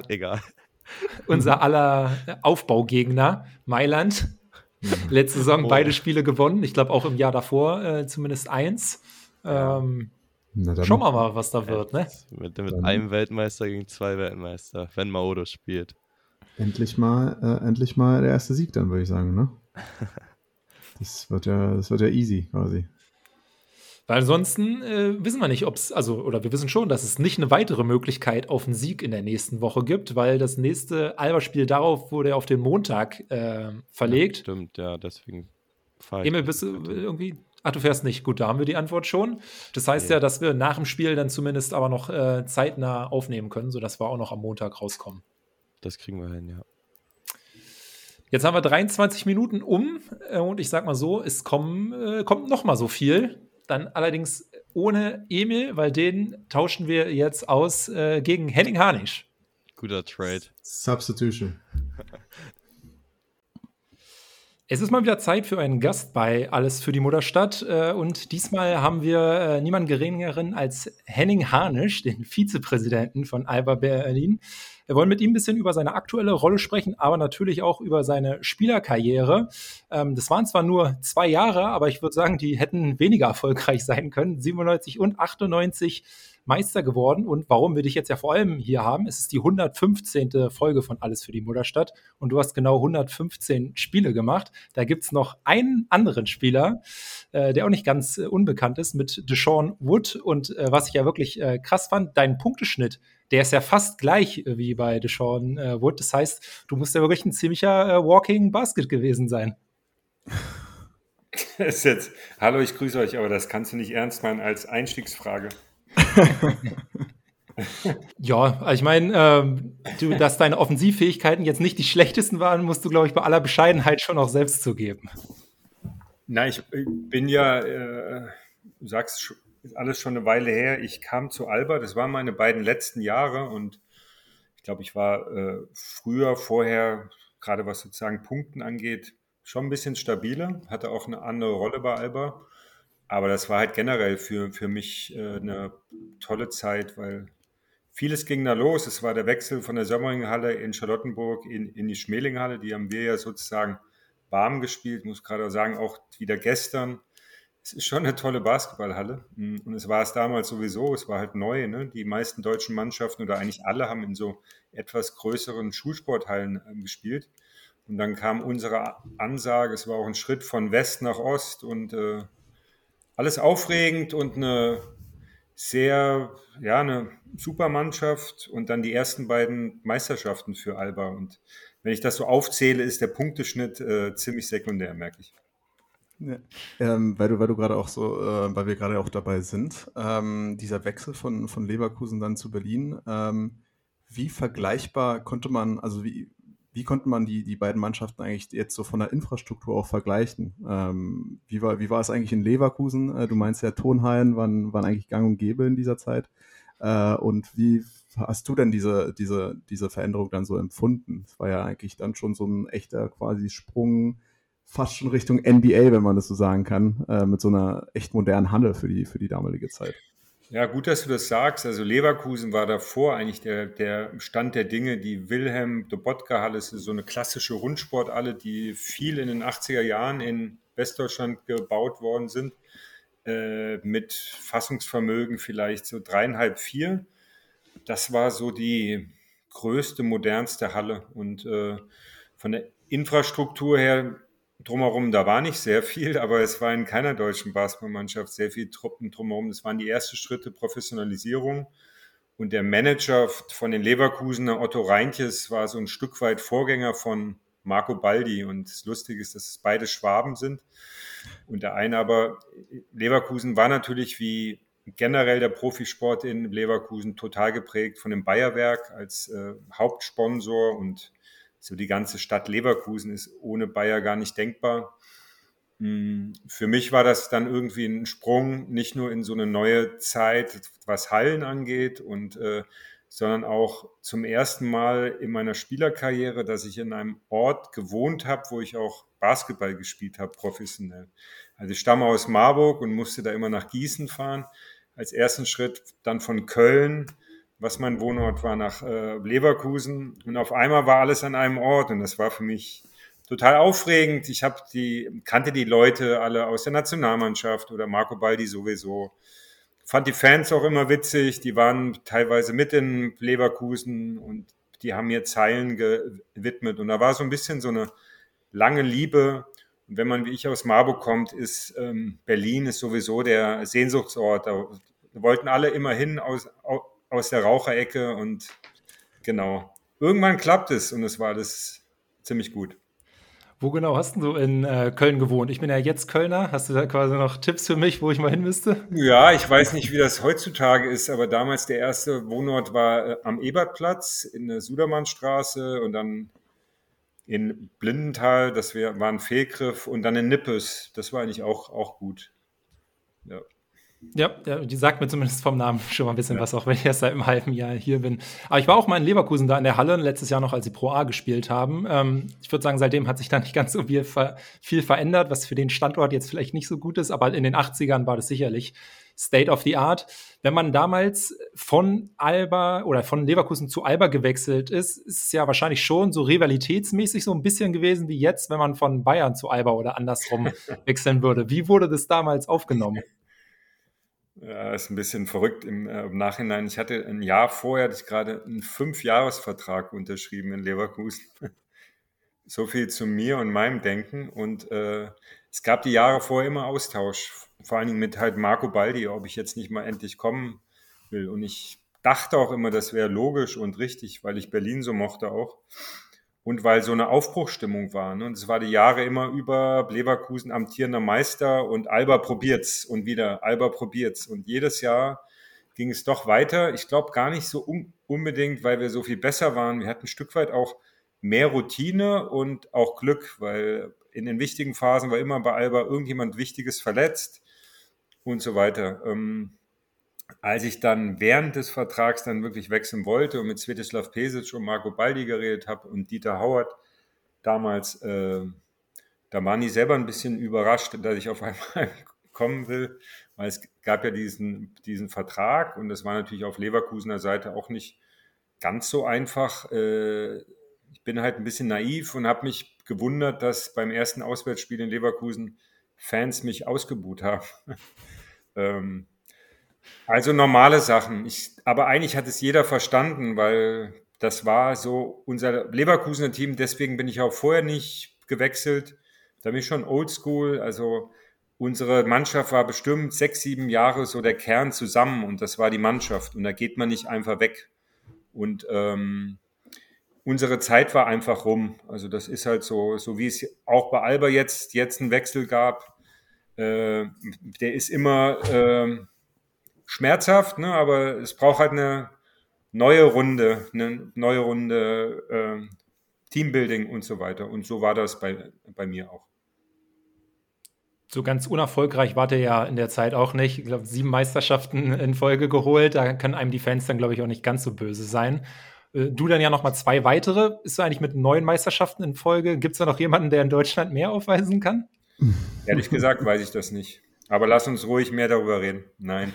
aller Aufbaugegner, Mailand. Letzte Saison beide Spiele gewonnen. Ich glaube auch im Jahr davor zumindest 1. Schauen wir mal, was da wird. Ne? Mit einem Weltmeister gegen 2 Weltmeister, wenn Maodo spielt. Endlich mal der erste Sieg dann, würde ich sagen. Ne? Das wird ja easy quasi. Weil ansonsten wissen wir nicht, oder wir wissen schon, dass es nicht eine weitere Möglichkeit auf einen Sieg in der nächsten Woche gibt, weil das nächste Alba-Spiel darauf wurde auf den Montag verlegt. Ja, stimmt, ja, deswegen fahre ich. Emil, bist du irgendwie? Ach, du fährst nicht. Gut, da haben wir die Antwort schon. Das heißt ja, dass wir nach dem Spiel dann zumindest aber noch zeitnah aufnehmen können, sodass wir auch noch am Montag rauskommen. Das kriegen wir hin, ja. Jetzt haben wir 23 Minuten und ich sag mal so, es kommt noch mal so viel. Dann allerdings ohne Emil, weil den tauschen wir jetzt aus gegen Henning Harnisch. Guter Trade. Substitution. Es ist mal wieder Zeit für einen Gast bei Alles für die Mutterstadt. Und diesmal haben wir niemanden geringeren als Henning Harnisch, den Vizepräsidenten von Alba Berlin. Wir wollen mit ihm ein bisschen über seine aktuelle Rolle sprechen, aber natürlich auch über seine Spielerkarriere. Das waren zwar nur 2 Jahre, aber ich würde sagen, die hätten weniger erfolgreich sein können. 97 und 98 Meister geworden. Und warum wir dich jetzt ja vor allem hier haben, es ist die 115. Folge von Alles für die Mutterstadt. Und du hast genau 115 Spiele gemacht. Da gibt es noch einen anderen Spieler, der auch nicht ganz unbekannt ist, mit Deshaun Wood. Und was ich ja wirklich krass fand, dein Punkteschnitt, der ist ja fast gleich wie bei Deshaun Wood. Das heißt, du musst ja wirklich ein ziemlicher Walking Basket gewesen sein. Das ist jetzt, hallo, ich grüße euch, aber das kannst du nicht ernst meinen als Einstiegsfrage. Ja, also ich meine, dass deine Offensivfähigkeiten jetzt nicht die schlechtesten waren, musst du, glaube ich, bei aller Bescheidenheit schon auch selbst zugeben. Na, ich bin ja, du sagst, ist alles schon eine Weile her. Ich kam zu Alba, das waren meine beiden letzten Jahre und ich glaube, ich war vorher, gerade was sozusagen Punkten angeht, schon ein bisschen stabiler, hatte auch eine andere Rolle bei Alba. Aber das war halt generell für mich eine tolle Zeit, weil vieles ging da los. Es war der Wechsel von der Sömmeringhalle in Charlottenburg in die Schmelinghalle. Die haben wir ja sozusagen warm gespielt. Ich muss gerade sagen, auch wieder gestern. Es ist schon eine tolle Basketballhalle. Und es war es damals sowieso. Es war halt neu. Ne? Die meisten deutschen Mannschaften oder eigentlich alle haben in so etwas größeren Schulsporthallen gespielt. Und dann kam unsere Ansage. Es war auch ein Schritt von West nach Ost und alles aufregend und eine super Mannschaft und dann die ersten beiden Meisterschaften für Alba. Und wenn ich das so aufzähle, ist der Punkteschnitt ziemlich sekundär, merke ich. Ja. Weil du gerade auch so, weil wir gerade auch dabei sind, dieser Wechsel von Leverkusen dann zu Berlin, wie vergleichbar konnte man, also wie konnten man die beiden Mannschaften eigentlich jetzt so von der Infrastruktur auch vergleichen? Wie war es eigentlich in Leverkusen? Du meinst ja, Turnhallen waren eigentlich gang und gäbe in dieser Zeit. Und wie hast du denn diese Veränderung dann so empfunden? Es war ja eigentlich dann schon so ein echter quasi Sprung, fast schon Richtung NBA, wenn man das so sagen kann, mit so einer echt modernen Halle für die damalige Zeit. Ja, gut, dass du das sagst. Also Leverkusen war davor eigentlich der Stand der Dinge. Die Wilhelm-Lobotka-Halle ist so eine klassische Rundsporthalle, die viel in den 80er Jahren in Westdeutschland gebaut worden sind, mit Fassungsvermögen vielleicht so 3,5, 4. Das war so die größte, modernste Halle. Und von der Infrastruktur her drumherum, da war nicht sehr viel, aber es war in keiner deutschen Basketballmannschaft sehr viel Truppen drumherum. Das waren die ersten Schritte Professionalisierung. Und der Manager von den Leverkusener, Otto Reintjes, war so ein Stück weit Vorgänger von Marco Baldi. Und das Lustige ist, dass es beide Schwaben sind. Und der eine aber, Leverkusen war natürlich wie generell der Profisport in Leverkusen total geprägt von dem Bayerwerk als Hauptsponsor und so die ganze Stadt Leverkusen ist ohne Bayer gar nicht denkbar. Für mich war das dann irgendwie ein Sprung, nicht nur in so eine neue Zeit, was Hallen angeht, sondern auch zum ersten Mal in meiner Spielerkarriere, dass ich in einem Ort gewohnt habe, wo ich auch Basketball gespielt habe, professionell. Also ich stamme aus Marburg und musste da immer nach Gießen fahren. Als ersten Schritt dann von Köln, was mein Wohnort war, nach Leverkusen. Und auf einmal war alles an einem Ort und das war für mich total aufregend. Ich kannte die Leute alle aus der Nationalmannschaft oder Marco Baldi sowieso. Fand die Fans auch immer witzig. Die waren teilweise mit in Leverkusen und die haben mir Zeilen gewidmet. Und da war so ein bisschen so eine lange Liebe. Und wenn man wie ich aus Marburg kommt, ist Berlin ist sowieso der Sehnsuchtsort. Da wollten alle immer hin aus der Raucherecke und genau. Irgendwann klappt es und es war alles ziemlich gut. Wo genau hast du in Köln gewohnt? Ich bin ja jetzt Kölner. Hast du da quasi noch Tipps für mich, wo ich mal hin müsste? Ja, ich weiß nicht, wie das heutzutage ist, aber damals der erste Wohnort war am Ebertplatz in der Sudermannstraße und dann in Blindenthal, war ein Fehlgriff und dann in Nippes. Das war eigentlich auch gut. Ja. Ja, die sagt mir zumindest vom Namen schon mal ein bisschen was, auch wenn ich erst seit einem halben Jahr hier bin. Aber ich war auch mal in Leverkusen da in der Halle, letztes Jahr noch, als sie Pro A gespielt haben. Ich würde sagen, seitdem hat sich da nicht ganz so viel verändert, was für den Standort jetzt vielleicht nicht so gut ist, aber in den 80ern war das sicherlich State of the Art. Wenn man damals von Alba oder von Leverkusen zu Alba gewechselt ist es ja wahrscheinlich schon so rivalitätsmäßig so ein bisschen gewesen wie jetzt, wenn man von Bayern zu Alba oder andersrum wechseln würde. Wie wurde das damals aufgenommen? Ja, ist ein bisschen verrückt im Nachhinein. Ich hatte ein Jahr vorher, hatte ich gerade einen 5-Jahres-Vertrag unterschrieben in Leverkusen. So viel zu mir und meinem Denken. Und es gab die Jahre vorher immer Austausch, vor allen Dingen mit halt Marco Baldi, ob ich jetzt nicht mal endlich kommen will. Und ich dachte auch immer, das wäre logisch und richtig, weil ich Berlin so mochte auch. Und weil so eine Aufbruchsstimmung war. Ne? Und es war die Jahre immer über Leverkusen amtierender Meister und Alba probiert's und wieder Alba probiert's. Und jedes Jahr ging es doch weiter. Ich glaube gar nicht so unbedingt, weil wir so viel besser waren. Wir hatten ein Stück weit auch mehr Routine und auch Glück, weil in den wichtigen Phasen war immer bei Alba irgendjemand Wichtiges verletzt und so weiter. Als ich dann während des Vertrags dann wirklich wechseln wollte und mit Svetislav Pesic und Marco Baldi geredet habe und Dieter Hauert damals, da waren die selber ein bisschen überrascht, dass ich auf einmal kommen will, weil es gab ja diesen Vertrag und das war natürlich auf Leverkusener Seite auch nicht ganz so einfach. Ich bin halt ein bisschen naiv und habe mich gewundert, dass beim ersten Auswärtsspiel in Leverkusen Fans mich ausgebuht haben. Also normale Sachen. Aber eigentlich hat es jeder verstanden, weil das war so unser Leverkusener Team. Deswegen bin ich auch vorher nicht gewechselt. Da bin ich schon oldschool. Also unsere Mannschaft war bestimmt 6, 7 Jahre so der Kern zusammen und das war die Mannschaft. Und da geht man nicht einfach weg. Und unsere Zeit war einfach rum. Also das ist halt so wie es auch bei Alba jetzt einen Wechsel gab. Der ist immer schmerzhaft, ne? Aber es braucht halt eine neue Runde Teambuilding und so weiter. Und so war das bei mir auch. So ganz unerfolgreich wart ihr ja in der Zeit auch nicht. Ich glaube, 7 Meisterschaften in Folge geholt. Da können einem die Fans dann, glaube ich, auch nicht ganz so böse sein. Du dann ja noch mal 2 weitere. Ist du eigentlich mit 9 Meisterschaften in Folge? Gibt es da noch jemanden, der in Deutschland mehr aufweisen kann? Ehrlich gesagt weiß ich das nicht. Aber lass uns ruhig mehr darüber reden. Nein.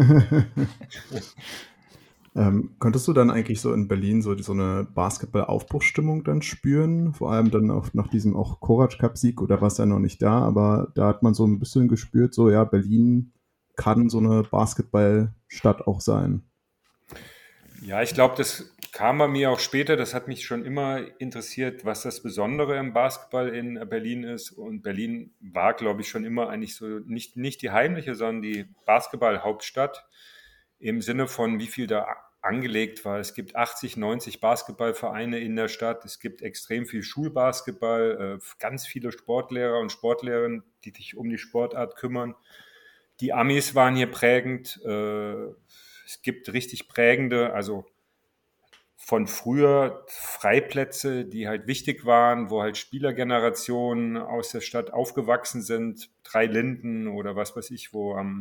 Konntest du dann eigentlich so in Berlin so eine Basketball-Aufbruchsstimmung dann spüren? Vor allem dann auch nach diesem auch Korac-Cup-Sieg, oder warst du ja noch nicht da, aber da hat man so ein bisschen gespürt, so ja, Berlin kann so eine Basketballstadt auch sein. Ja, ich glaube, das kam bei mir auch später. Das hat mich schon immer interessiert, was das Besondere im Basketball in Berlin ist. Und Berlin war, glaube ich, schon immer eigentlich so nicht die heimliche, sondern die Basketball-Hauptstadt im Sinne von, wie viel da angelegt war. Es gibt 80, 90 Basketballvereine in der Stadt. Es gibt extrem viel Schulbasketball, ganz viele Sportlehrer und Sportlehrerinnen, die sich um die Sportart kümmern. Die Amis waren hier prägend. Es gibt richtig prägende, also von früher Freiplätze, die halt wichtig waren, wo halt Spielergenerationen aus der Stadt aufgewachsen sind. 3 Linden oder was weiß ich, wo am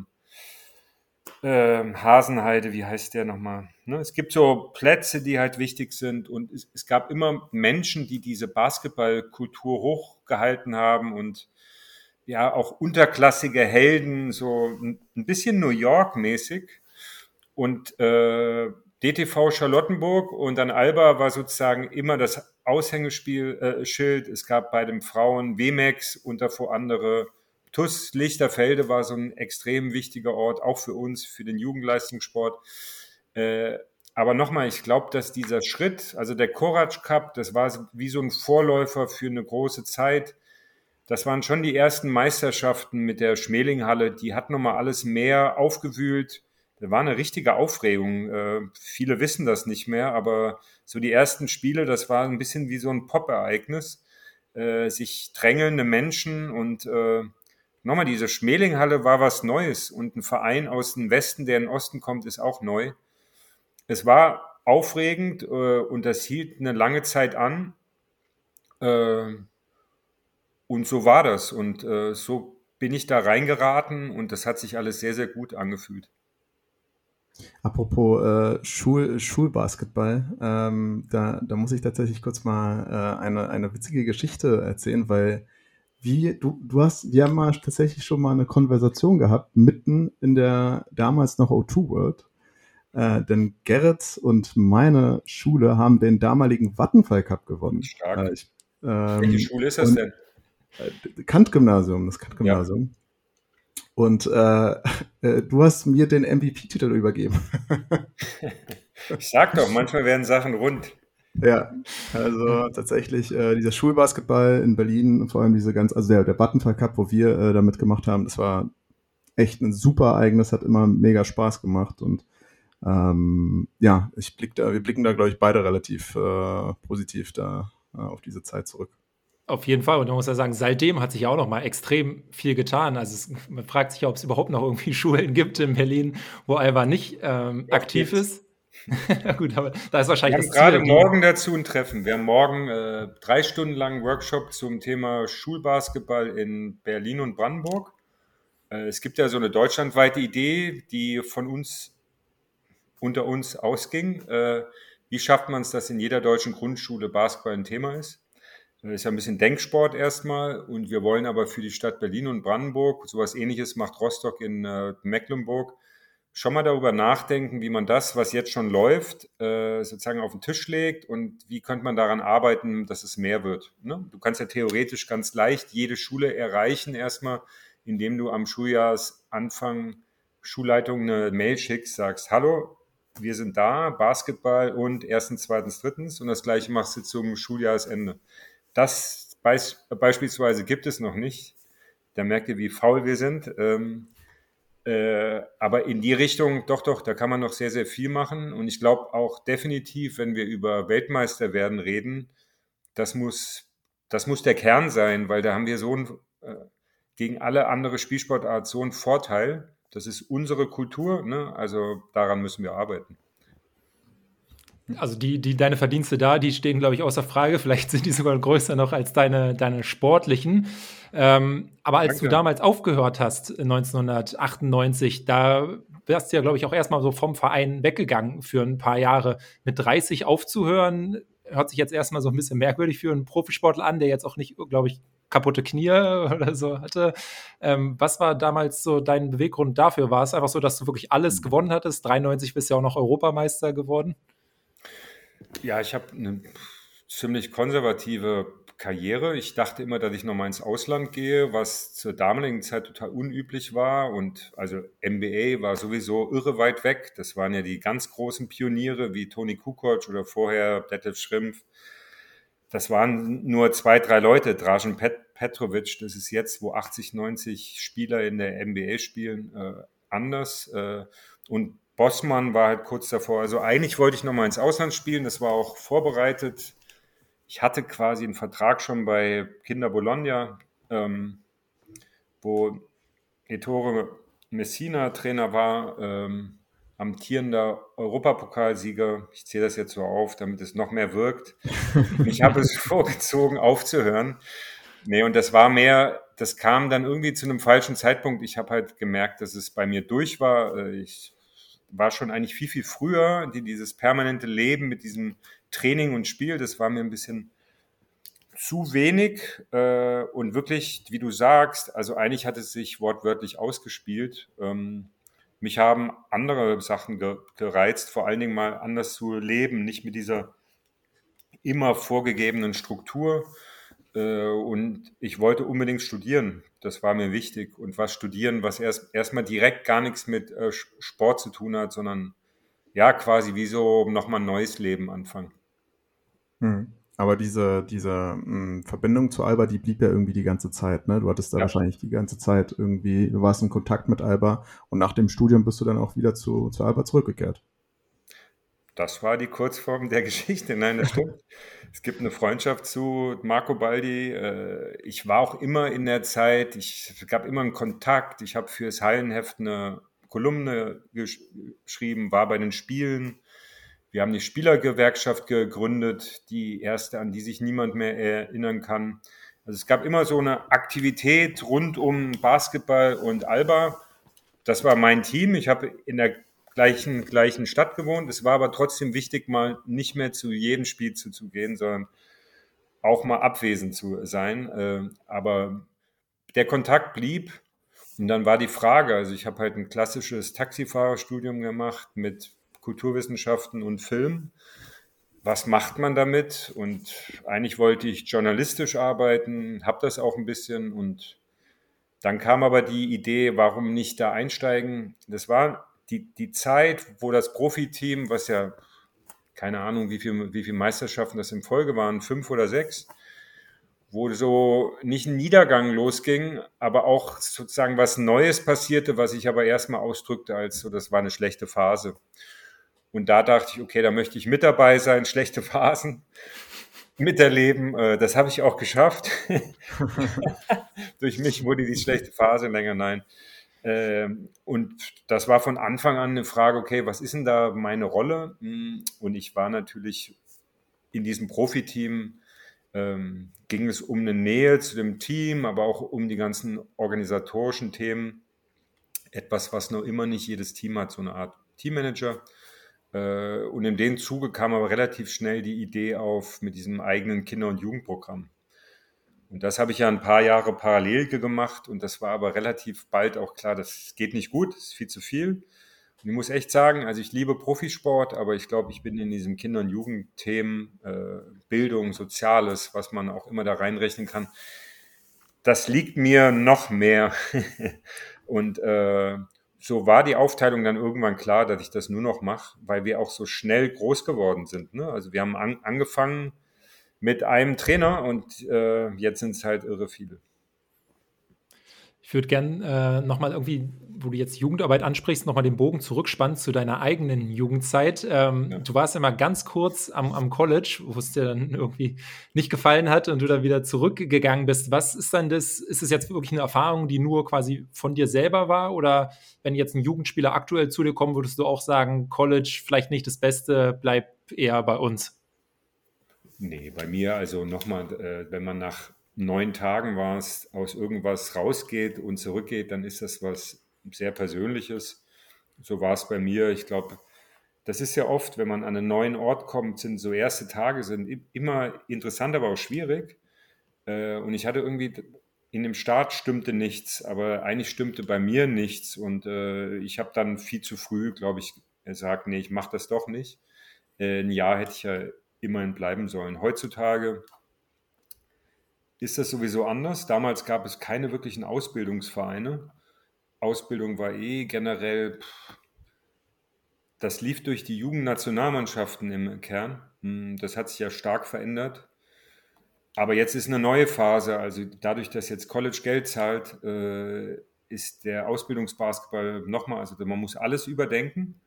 Hasenheide, wie heißt der nochmal? Ne? Es gibt so Plätze, die halt wichtig sind und es gab immer Menschen, die diese Basketballkultur hochgehalten haben und ja, auch unterklassige Helden, so ein bisschen New York-mäßig. Und DTV Charlottenburg und dann Alba war sozusagen immer das Aushängeschild. Es gab bei den Frauen WMAX und davor andere. TuS Lichterfelde war so ein extrem wichtiger Ort, auch für uns, für den Jugendleistungssport. Aber nochmal, ich glaube, dass dieser Schritt, also der Korac Cup, das war wie so ein Vorläufer für eine große Zeit. Das waren schon die ersten Meisterschaften mit der Schmelinghalle. Die hat nochmal alles mehr aufgewühlt. Da war eine richtige Aufregung. Viele wissen das nicht mehr, aber so die ersten Spiele, das war ein bisschen wie so ein Pop-Ereignis. Sich drängelnde Menschen und nochmal, diese Schmelinghalle war was Neues und ein Verein aus dem Westen, der in den Osten kommt, ist auch neu. Es war aufregend und das hielt eine lange Zeit an. Und so war das. Und so bin ich da reingeraten und das hat sich alles sehr, sehr gut angefühlt. Apropos Schulbasketball, da muss ich tatsächlich kurz mal eine witzige Geschichte erzählen, weil wir haben mal tatsächlich schon mal eine Konversation gehabt, mitten in der damals noch O2 World. Denn Gerrit und meine Schule haben den damaligen Vattenfall Cup gewonnen. Stark. Welche Schule ist das denn? Kant-Gymnasium, das Kant-Gymnasium. Ja. Und du hast mir den MVP-Titel übergeben. Ich sag doch, manchmal werden Sachen rund. Ja, also tatsächlich dieser Schulbasketball in Berlin, vor allem also der Vattenfall Cup, wo wir damit gemacht haben, das war echt ein super Ereignis, hat immer mega Spaß gemacht und ja, wir blicken da, glaube ich, beide relativ positiv da auf diese Zeit zurück. Auf jeden Fall. Und man muss ja sagen, seitdem hat sich ja auch noch mal extrem viel getan. Also man fragt sich ja, ob es überhaupt noch irgendwie Schulen gibt in Berlin, wo Alba nicht aktiv ist. Ja, gut, aber da ist wahrscheinlich das Ziel. Wir haben gerade morgen dazu ein Treffen. Wir haben morgen 3 Stunden lang einen Workshop zum Thema Schulbasketball in Berlin und Brandenburg. Es gibt ja so eine deutschlandweite Idee, die von uns unter uns ausging. Wie schafft man es, dass in jeder deutschen Grundschule Basketball ein Thema ist? Das ist ja ein bisschen Denksport erstmal und wir wollen aber für die Stadt Berlin und Brandenburg, sowas Ähnliches macht Rostock in Mecklenburg, schon mal darüber nachdenken, wie man das, was jetzt schon läuft, sozusagen auf den Tisch legt und wie könnte man daran arbeiten, dass es mehr wird. Ne? Du kannst ja theoretisch ganz leicht jede Schule erreichen erstmal, indem du am Schuljahresanfang Schulleitung eine Mail schickst, sagst, hallo, wir sind da, Basketball und erstens, zweitens, drittens und das gleiche machst du zum Schuljahresende. Das beispielsweise gibt es noch nicht. Da merkt ihr, wie faul wir sind. Aber in die Richtung, doch, da kann man noch sehr, sehr viel machen. Und ich glaube auch definitiv, wenn wir über Weltmeister werden reden, das muss der Kern sein, weil da haben wir gegen alle andere Spielsportart so einen Vorteil. Das ist unsere Kultur, ne? Also daran müssen wir arbeiten. Also deine Verdienste da, die stehen, glaube ich, außer Frage. Vielleicht sind die sogar größer noch als deine sportlichen. Aber als du damals aufgehört hast, 1998, da wärst du ja, glaube ich, auch erstmal so vom Verein weggegangen für ein paar Jahre. Mit 30 aufzuhören, hört sich jetzt erstmal so ein bisschen merkwürdig für einen Profisportler an, der jetzt auch nicht, glaube ich, kaputte Knie oder so hatte. Was war damals so dein Beweggrund dafür? War es einfach so, dass du wirklich alles gewonnen hattest? 93 bist du ja auch noch Europameister geworden. Ja, ich habe eine ziemlich konservative Karriere. Ich dachte immer, dass ich nochmal ins Ausland gehe, was zur damaligen Zeit total unüblich war. Und also NBA war sowieso irre weit weg. Das waren ja die ganz großen Pioniere wie Toni Kukoc oder vorher Detlef Schrempf. Das waren nur 2, 3 Leute. Dražen Petrovic, das ist jetzt, wo 80, 90 Spieler in der NBA spielen, anders. Und Bossmann war halt kurz davor. Also eigentlich wollte ich nochmal ins Ausland spielen. Das war auch vorbereitet. Ich hatte quasi einen Vertrag schon bei Kinder Bologna, wo Ettore Messina Trainer war, amtierender Europapokalsieger. Ich zähle das jetzt so auf, damit es noch mehr wirkt. Ich habe es vorgezogen, aufzuhören. Nee, und das kam dann irgendwie zu einem falschen Zeitpunkt. Ich habe halt gemerkt, dass es bei mir durch war. Ich war schon eigentlich viel, viel früher. Dieses permanente Leben mit diesem Training und Spiel, das war mir ein bisschen zu wenig und wirklich, wie du sagst, also eigentlich hat es sich wortwörtlich ausgespielt. Mich haben andere Sachen gereizt, vor allen Dingen mal anders zu leben, nicht mit dieser immer vorgegebenen Struktur. Und ich wollte unbedingt studieren. Das war mir wichtig. Und was studieren, was erstmal direkt gar nichts mit Sport zu tun hat, sondern ja, quasi wie so nochmal ein neues Leben anfangen. Aber diese Verbindung zu Alba, die blieb ja irgendwie die ganze Zeit, ne? Du hattest da wahrscheinlich die ganze Zeit irgendwie, du warst in Kontakt mit Alba und nach dem Studium bist du dann auch wieder zu Alba zurückgekehrt. Das war die Kurzform der Geschichte. Nein, das stimmt. Es gibt eine Freundschaft zu Marco Baldi. Ich war auch immer in der Zeit, es gab immer einen Kontakt. Ich habe für das Hallenheft eine Kolumne geschrieben, war bei den Spielen. Wir haben die Spielergewerkschaft gegründet, die erste, an die sich niemand mehr erinnern kann. Also es gab immer so eine Aktivität rund um Basketball und Alba. Das war mein Team. Ich habe in der gleichen Stadt gewohnt. Es war aber trotzdem wichtig, mal nicht mehr zu jedem Spiel zu gehen, sondern auch mal abwesend zu sein. Aber der Kontakt blieb. Und dann war die Frage, also ich habe halt ein klassisches Taxifahrerstudium gemacht mit Kulturwissenschaften und Film. Was macht man damit? Und eigentlich wollte ich journalistisch arbeiten, habe das auch ein bisschen. Und dann kam aber die Idee, warum nicht da einsteigen? Das war die Zeit, wo das Profiteam, was ja, keine Ahnung, wie viel Meisterschaften das in Folge waren, 5 oder 6, wo so nicht ein Niedergang losging, aber auch sozusagen was Neues passierte, was ich aber erstmal ausdrückte als so, das war eine schlechte Phase. Und da dachte ich, okay, da möchte ich mit dabei sein, schlechte Phasen. miterleben. Das habe ich auch geschafft. Durch mich wurde die schlechte Phase länger, nein. Und das war von Anfang an eine Frage, okay, was ist denn da meine Rolle? Und ich war natürlich in diesem Profiteam, ging es um eine Nähe zu dem Team, aber auch um die ganzen organisatorischen Themen. Etwas, was noch immer nicht jedes Team hat, so eine Art Teammanager. Und in dem Zuge kam aber relativ schnell die Idee auf mit diesem eigenen Kinder- und Jugendprogramm. Und das habe ich ja ein paar Jahre parallel gemacht und das war aber relativ bald auch klar, das geht nicht gut, das ist viel zu viel. Und ich muss echt sagen, also ich liebe Profisport, aber ich glaube, ich bin in diesem Kinder- und Jugendthemen, Bildung, Soziales, was man auch immer da reinrechnen kann, das liegt mir noch mehr. Und so war die Aufteilung dann irgendwann klar, dass ich das nur noch mache, weil wir auch so schnell groß geworden sind. Ne? Also wir haben angefangen mit einem Trainer und jetzt sind es halt irre viele. Ich würde gern nochmal irgendwie, wo du jetzt Jugendarbeit ansprichst, nochmal den Bogen zurückspannen zu deiner eigenen Jugendzeit. Du warst ja mal ganz kurz am College, wo es dir dann irgendwie nicht gefallen hat und du dann wieder zurückgegangen bist. Was ist dann das? Ist es jetzt wirklich eine Erfahrung, die nur quasi von dir selber war? Oder wenn jetzt ein Jugendspieler aktuell zu dir kommt, würdest du auch sagen, College vielleicht nicht das Beste, bleib eher bei uns? Nee, bei mir, also nochmal, wenn man nach 9 Tagen aus irgendwas rausgeht und zurückgeht, dann ist das was sehr Persönliches. So war es bei mir. Ich glaube, das ist ja oft, wenn man an einen neuen Ort kommt, sind so erste Tage sind immer interessant, aber auch schwierig. Und ich hatte irgendwie, in dem Start stimmte nichts, aber eigentlich stimmte bei mir nichts. Und ich habe dann viel zu früh, glaube ich, gesagt, nee, ich mache das doch nicht. Ein Jahr hätte ich ja immerhin bleiben sollen. Heutzutage ist das sowieso anders. Damals gab es keine wirklichen Ausbildungsvereine. Ausbildung war generell, das lief durch die Jugendnationalmannschaften im Kern. Das hat sich ja stark verändert. Aber jetzt ist eine neue Phase. Also dadurch, dass jetzt College Geld zahlt, ist der Ausbildungsbasketball nochmal, also man muss alles überdenken.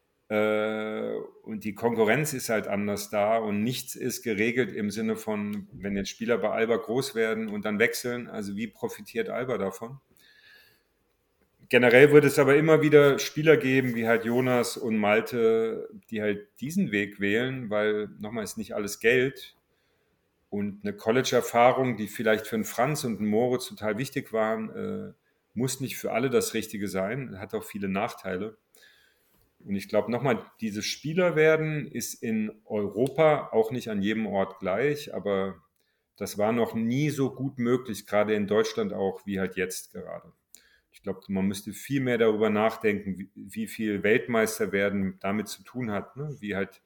Und die Konkurrenz ist halt anders da und nichts ist geregelt im Sinne von, wenn jetzt Spieler bei Alba groß werden und dann wechseln, also wie profitiert Alba davon? Generell wird es aber immer wieder Spieler geben, wie halt Jonas und Malte, die halt diesen Weg wählen, weil nochmal ist nicht alles Geld und eine College-Erfahrung, die vielleicht für einen Franz und einen Moritz total wichtig waren, muss nicht für alle das Richtige sein, hat auch viele Nachteile. Und ich glaube nochmal, dieses Spieler werden ist in Europa auch nicht an jedem Ort gleich, aber das war noch nie so gut möglich, gerade in Deutschland auch, wie halt jetzt gerade. Ich glaube, man müsste viel mehr darüber nachdenken, wie viel Weltmeister werden damit zu tun hat, ne? Wie halt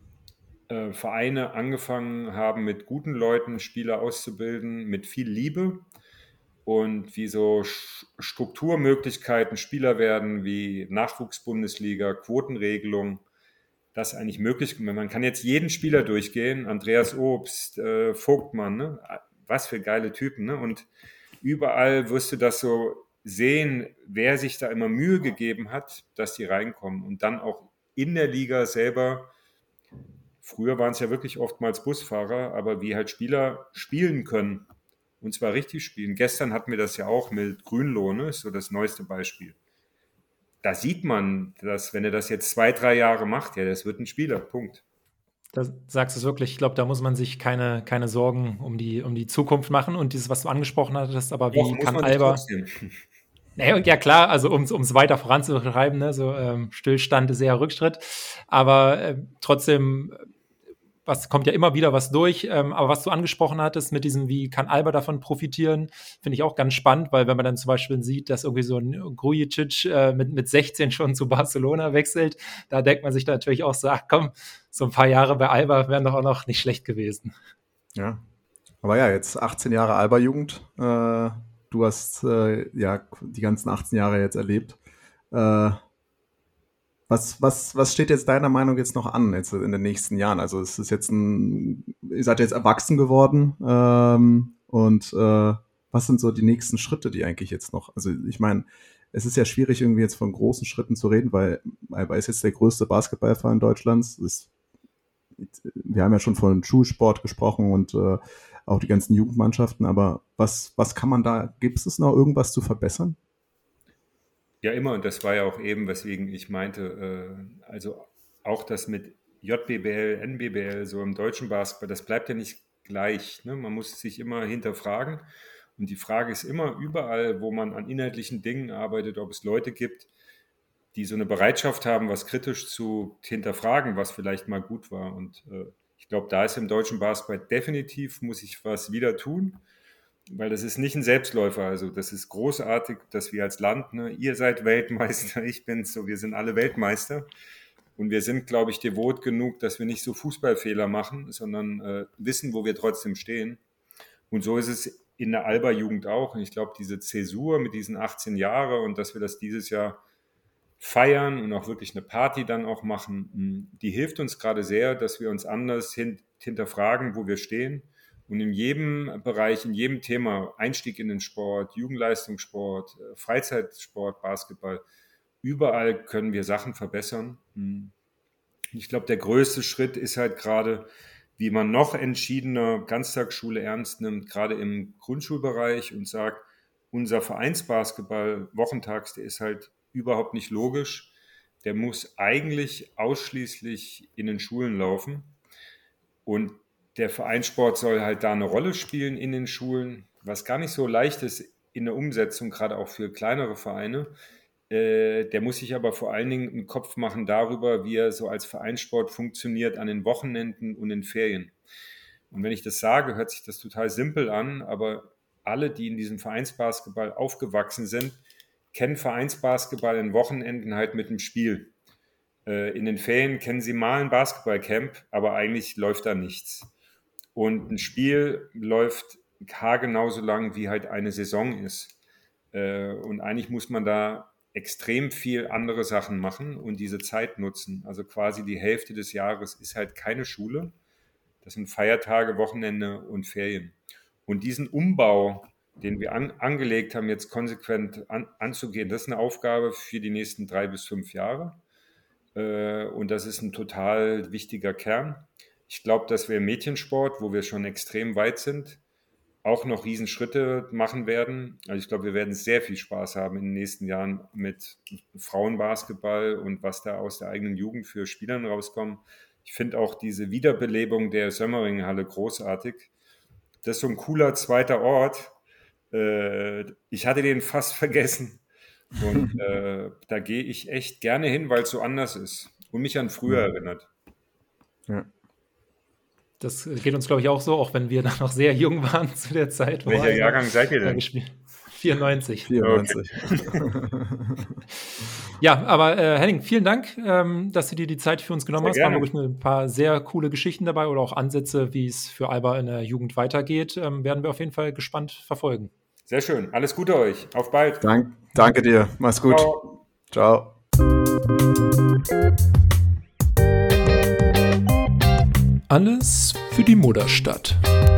Vereine angefangen haben, mit guten Leuten Spieler auszubilden, mit viel Liebe und wie so Strukturmöglichkeiten Spieler werden, wie Nachwuchsbundesliga, Quotenregelung, das eigentlich möglich. Man kann jetzt jeden Spieler durchgehen, Andreas Obst, Vogtmann, ne? Was für geile Typen. Ne? Und überall wirst du das so sehen, wer sich da immer Mühe gegeben hat, dass die reinkommen. Und dann auch in der Liga selber. Früher waren es ja wirklich oftmals Busfahrer, aber wie halt Spieler spielen können. Und zwar richtig spielen. Gestern hatten wir das ja auch mit Grünloh, ne? Ist so das neueste Beispiel. Da sieht man, dass wenn er das jetzt 2, 3 Jahre macht, ja, das wird ein Spieler, Punkt. Da sagst du es wirklich. Ich glaube, da muss man sich keine Sorgen um die Zukunft machen. Und dieses, was du angesprochen hattest, aber Doch, wie muss kann man sich Alba. trotzdem. Naja, ja klar, also um es weiter voranzutreiben, ne, so Stillstand ist eher Rückschritt. Aber trotzdem, was kommt ja immer wieder was durch. Aber was du angesprochen hattest mit diesem, wie kann Alba davon profitieren, finde ich auch ganz spannend, weil wenn man dann zum Beispiel sieht, dass irgendwie so ein Grujicic mit 16 schon zu Barcelona wechselt, da denkt man sich dann natürlich auch so, ach komm, so ein paar Jahre bei Alba wären doch auch noch nicht schlecht gewesen. Ja. Aber ja, jetzt 18 Jahre Alba-Jugend. Du hast ja die ganzen 18 Jahre jetzt erlebt. Was steht jetzt deiner Meinung jetzt noch an jetzt in den nächsten Jahren? Also es ist jetzt ihr seid jetzt erwachsen geworden und was sind so die nächsten Schritte, die eigentlich jetzt noch? Also ich meine, es ist ja schwierig irgendwie jetzt von großen Schritten zu reden, weil Alba ist jetzt der größte Basketballverein Deutschlands. Ist wir haben ja schon von Schulsport gesprochen und auch die ganzen Jugendmannschaften, aber was kann man da, gibt es noch irgendwas zu verbessern? Ja, immer, und das war ja auch eben, weswegen ich meinte, also auch das mit JBBL, NBBL, so im deutschen Basketball, das bleibt ja nicht gleich. Ne? Man muss sich immer hinterfragen. Und die Frage ist immer überall, wo man an inhaltlichen Dingen arbeitet, ob es Leute gibt, die so eine Bereitschaft haben, was kritisch zu hinterfragen, was vielleicht mal gut war. Und ich glaube, da ist im deutschen Basketball definitiv, muss ich was wieder tun, weil das ist nicht ein Selbstläufer. Also das ist großartig, dass wir als Land, ne, ihr seid Weltmeister, ich bin's so, wir sind alle Weltmeister. Und wir sind, glaube ich, devot genug, dass wir nicht so Fußballfehler machen, sondern wissen, wo wir trotzdem stehen. Und so ist es in der Alba-Jugend auch. Und ich glaube, diese Zäsur mit diesen 18 Jahren und dass wir das dieses Jahr feiern und auch wirklich eine Party dann auch machen, die hilft uns gerade sehr, dass wir uns anders hinterfragen, wo wir stehen. Und in jedem Bereich, in jedem Thema, Einstieg in den Sport, Jugendleistungssport, Freizeitsport, Basketball, überall können wir Sachen verbessern. Ich glaube, der größte Schritt ist halt gerade, wie man noch entschiedener Ganztagsschule ernst nimmt, gerade im Grundschulbereich und sagt, unser Vereinsbasketball wochentags, der ist halt überhaupt nicht logisch. Der muss eigentlich ausschließlich in den Schulen laufen. Und der Vereinssport soll halt da eine Rolle spielen in den Schulen, was gar nicht so leicht ist in der Umsetzung, gerade auch für kleinere Vereine. Der muss sich aber vor allen Dingen einen Kopf machen darüber, wie er so als Vereinssport funktioniert an den Wochenenden und in Ferien. Und wenn ich das sage, hört sich das total simpel an, aber alle, die in diesem Vereinsbasketball aufgewachsen sind, kennen Vereinsbasketball in Wochenenden halt mit dem Spiel. In den Ferien kennen sie mal ein Basketballcamp, aber eigentlich läuft da nichts. Und ein Spiel läuft haargenau so lang, wie halt eine Saison ist. Und eigentlich muss man da extrem viel andere Sachen machen und diese Zeit nutzen. Also quasi die Hälfte des Jahres ist halt keine Schule. Das sind Feiertage, Wochenende und Ferien. Und diesen Umbau, den wir angelegt haben, jetzt konsequent anzugehen, das ist eine Aufgabe für die nächsten 3 bis 5 Jahre. Und das ist ein total wichtiger Kern. Ich glaube, dass wir im Mädchensport, wo wir schon extrem weit sind, auch noch Riesenschritte machen werden. Also ich glaube, wir werden sehr viel Spaß haben in den nächsten Jahren mit Frauenbasketball und was da aus der eigenen Jugend für Spielern rauskommt. Ich finde auch diese Wiederbelebung der Sömmering-Halle großartig. Das ist so ein cooler zweiter Ort. Ich hatte den fast vergessen. Und da gehe ich echt gerne hin, weil es so anders ist und mich an früher erinnert. Ja. Das geht uns, glaube ich, auch so, auch wenn wir dann noch sehr jung waren zu der Zeit. Welcher Jahrgang seid ihr denn? 94. 94. Okay. Ja, aber Henning, vielen Dank, dass du dir die Zeit für uns genommen hast. Waren wirklich ein paar sehr coole Geschichten dabei oder auch Ansätze, wie es für Alba in der Jugend weitergeht. Werden wir auf jeden Fall gespannt verfolgen. Sehr schön. Alles Gute euch. Auf bald. Danke dir. Mach's gut. Ciao. Alles für die Mutterstadt.